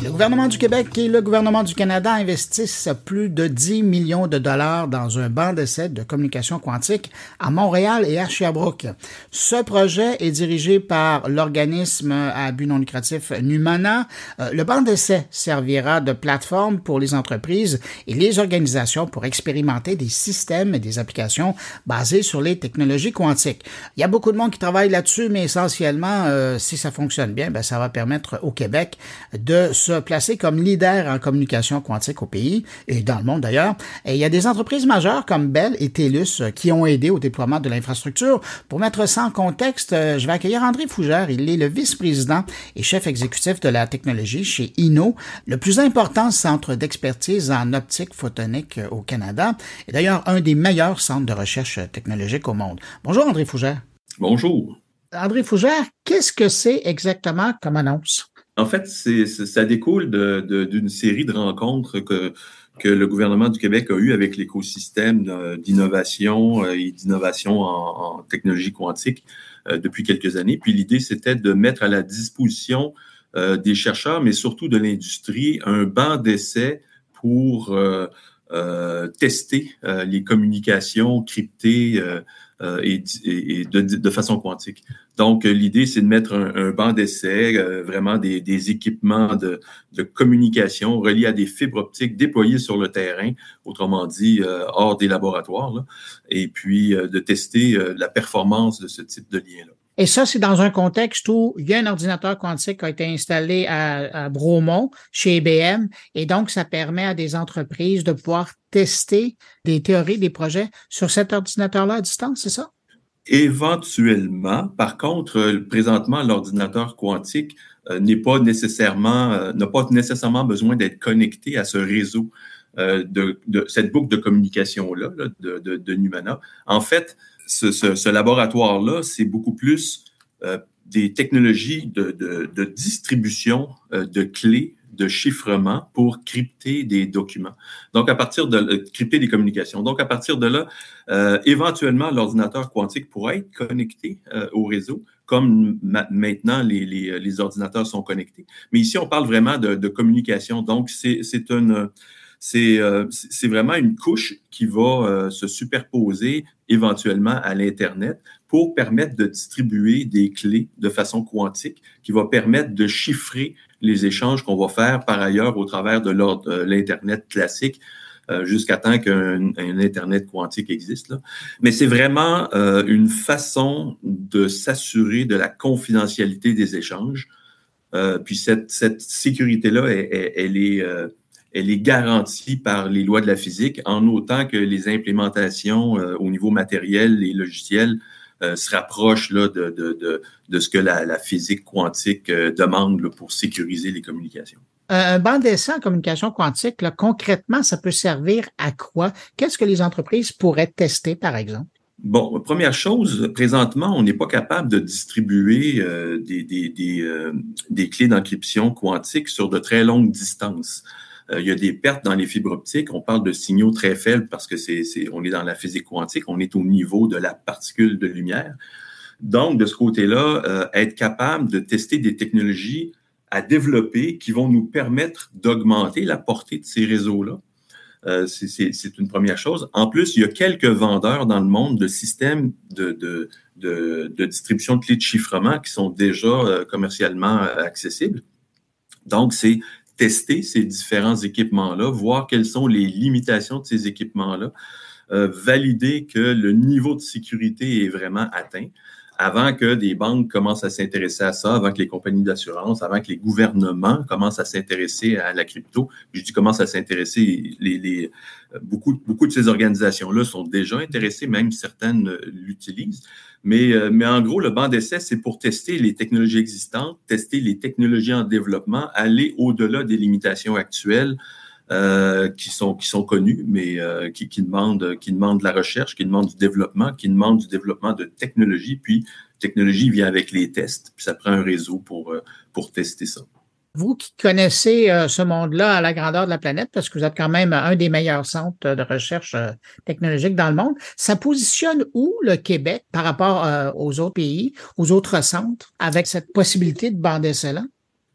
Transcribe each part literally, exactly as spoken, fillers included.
Le gouvernement du Québec et le gouvernement du Canada investissent plus de dix millions de dollars dans un banc d'essai de communication quantique à Montréal et à Sherbrooke. Ce projet est dirigé par l'organisme à but non lucratif Numana. Le banc d'essai servira de plateforme pour les entreprises et les organisations pour expérimenter des systèmes et des applications basées sur les technologies quantiques. Il y a beaucoup de monde qui travaille là-dessus, mais essentiellement, euh, si ça fonctionne bien, ben, ça va permettre au Québec de se placer comme leader en communication quantique au pays et dans le monde d'ailleurs. Et il y a des entreprises majeures comme Bell et TELUS qui ont aidé au déploiement de l'infrastructure. Pour mettre ça en contexte, je vais accueillir André Fougère. Il est le vice-président et chef exécutif de la technologie chez Inno, le plus important centre d'expertise en optique photonique au Canada et d'ailleurs un des meilleurs centres de recherche technologique au monde. Bonjour André Fougère. Bonjour. André Fougère, qu'est-ce que c'est exactement comme annonce? En fait, c'est, c'est, ça découle de, de, d'une série de rencontres que, que le gouvernement du Québec a eues avec l'écosystème d'innovation et d'innovation en, en technologie quantique euh, depuis quelques années. Puis l'idée, c'était de mettre à la disposition euh, des chercheurs, mais surtout de l'industrie, un banc d'essai pour euh, euh, tester euh, les communications cryptées euh, euh, et, et, et de, de façon quantique. Donc, l'idée, c'est de mettre un, un banc d'essai, euh, vraiment des, des équipements de, de communication reliés à des fibres optiques déployées sur le terrain, autrement dit, euh, hors des laboratoires, là, et puis euh, de tester euh, la performance de ce type de lien-là. Et ça, c'est dans un contexte où il y a un ordinateur quantique qui a été installé à, à Bromont, chez I B M, et donc ça permet à des entreprises de pouvoir tester des théories, des projets sur cet ordinateur-là à distance, c'est ça? Éventuellement. Par contre, présentement, l'ordinateur quantique euh, n'est pas nécessairement, euh, n'a pas nécessairement besoin d'être connecté à ce réseau euh, de, de cette boucle de communication-là là, de, de, de Numana. En fait, ce, ce, ce laboratoire-là, c'est beaucoup plus euh, des technologies de, de, de distribution euh, de clés de chiffrement pour crypter des documents. Donc, à partir de euh, crypter des communications. Donc, à partir de là, euh, éventuellement, l'ordinateur quantique pourra être connecté euh, au réseau, comme ma- maintenant les, les, les ordinateurs sont connectés. Mais ici, on parle vraiment de, de communication. Donc, c'est, c'est une C'est, euh, c'est vraiment une couche qui va euh, se superposer éventuellement à l'Internet pour permettre de distribuer des clés de façon quantique qui va permettre de chiffrer les échanges qu'on va faire par ailleurs au travers de l'Internet classique euh, jusqu'à temps qu'un un Internet quantique existe. Là. Mais c'est vraiment euh, une façon de s'assurer de la confidentialité des échanges. Euh, puis cette, cette sécurité-là, elle, elle, elle est... Euh, elle est garantie par les lois de la physique, en autant que les implémentations euh, au niveau matériel et logiciel euh, se rapprochent là, de, de, de, de ce que la, la physique quantique euh, demande là, pour sécuriser les communications. Un banc d'essai en communication quantique, là, concrètement, ça peut servir à quoi? Qu'est-ce que les entreprises pourraient tester, par exemple? Bon, première chose, présentement, on n'est pas capable de distribuer euh, des, des, des, euh, des clés d'encryption quantique sur de très longues distances. Euh, il y a des pertes dans les fibres optiques. On parle de signaux très faibles parce que c'est, c'est, on est dans la physique quantique. On est au niveau de la particule de lumière. Donc, de ce côté-là, euh, être capable de tester des technologies à développer qui vont nous permettre d'augmenter la portée de ces réseaux-là. Euh, c'est, c'est, c'est une première chose. En plus, il y a quelques vendeurs dans le monde de systèmes de, de, de, de distribution de clés de chiffrement qui sont déjà euh, commercialement accessibles. Donc, c'est tester ces différents équipements-là, voir quelles sont les limitations de ces équipements-là, euh, valider que le niveau de sécurité est vraiment atteint avant que des banques commencent à s'intéresser à ça, avant que les compagnies d'assurance, avant que les gouvernements commencent à s'intéresser à la crypto. Je dis commencent à s'intéresser, les, les, beaucoup, beaucoup de ces organisations-là sont déjà intéressées, même certaines l'utilisent. Mais, mais en gros, le banc d'essai, c'est pour tester les technologies existantes, tester les technologies en développement, aller au-delà des limitations actuelles euh, qui sont qui sont connues, mais euh, qui, qui demandent qui demandent de la recherche, qui demandent du développement, qui demandent du développement de technologie. Puis technologie vient avec les tests, puis ça prend un réseau pour pour tester ça. Vous qui connaissez euh, ce monde-là à la grandeur de la planète, parce que vous êtes quand même un des meilleurs centres de recherche euh, technologique dans le monde, ça positionne où le Québec par rapport euh, aux autres pays, aux autres centres, avec cette possibilité de banc d'essai-là?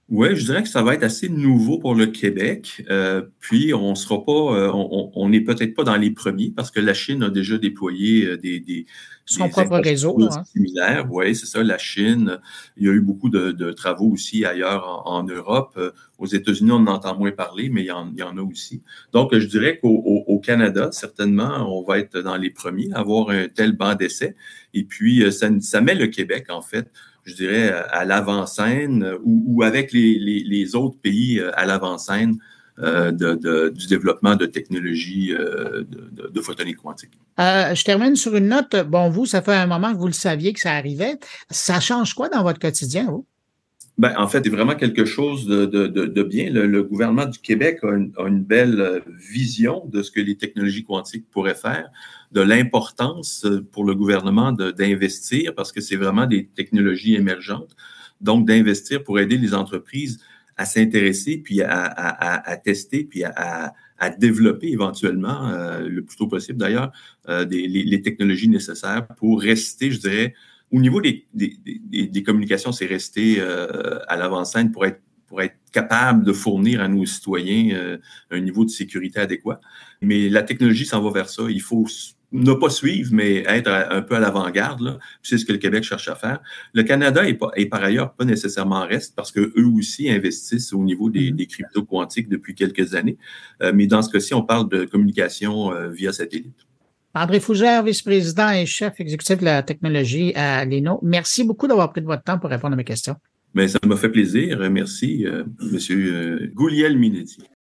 Oui, je dirais que ça va être assez nouveau pour le Québec. Euh, puis, on sera pas, euh, on on n'est peut-être pas dans les premiers parce que la Chine a déjà déployé euh, des, des, Son des propre réseau, infrastructures là, hein? similaires. Oui, c'est ça, la Chine. Il y a eu beaucoup de, de travaux aussi ailleurs en, en Europe. Euh, Aux États-Unis, on en entend moins parler, mais il y en, il y en a aussi. Donc, je dirais qu'au au, au Canada, certainement, on va être dans les premiers à avoir un tel banc d'essai. Et puis, euh, ça, ça met le Québec, en fait, je dirais, à l'avant-scène euh, ou, ou avec les, les, les, autres pays euh, à l'avant-scène euh, de, de, du développement de technologies euh, de, de, de photonique quantique. Euh, je termine sur une note. Bon, vous, ça fait un moment que vous le saviez que ça arrivait. Ça change quoi dans votre quotidien, vous? Ben, en fait, c'est vraiment quelque chose de, de, de, de bien. Le, le, gouvernement du Québec a une, a une belle vision de ce que les technologies quantiques pourraient faire, de l'importance pour le gouvernement d'investir, parce que c'est vraiment des technologies émergentes. Donc, d'investir pour aider les entreprises à s'intéresser, puis à, à, à, tester, puis à, à développer éventuellement, euh, le plus tôt possible d'ailleurs, euh, des, les, les technologies nécessaires pour rester, je dirais, au niveau des, des, des, des communications, c'est rester euh, à l'avant-scène pour être, pour être capable de fournir à nos citoyens euh, un niveau de sécurité adéquat. Mais la technologie s'en va vers ça. Il faut ne pas suivre, mais être un peu à l'avant-garde. C'est ce que le Québec cherche à faire. Le Canada est, pas, est par ailleurs pas nécessairement en reste parce qu'eux aussi investissent au niveau des, mm-hmm. des cryptos quantiques depuis quelques années. Euh, mais dans ce cas-ci, on parle de communication euh, via satellite. André Fougère, vice-président et chef exécutif de la technologie à l'I N O. Merci beaucoup d'avoir pris de votre temps pour répondre à mes questions. Bien, ça m'a fait plaisir. Merci, euh, M. Gouliel-Minetti.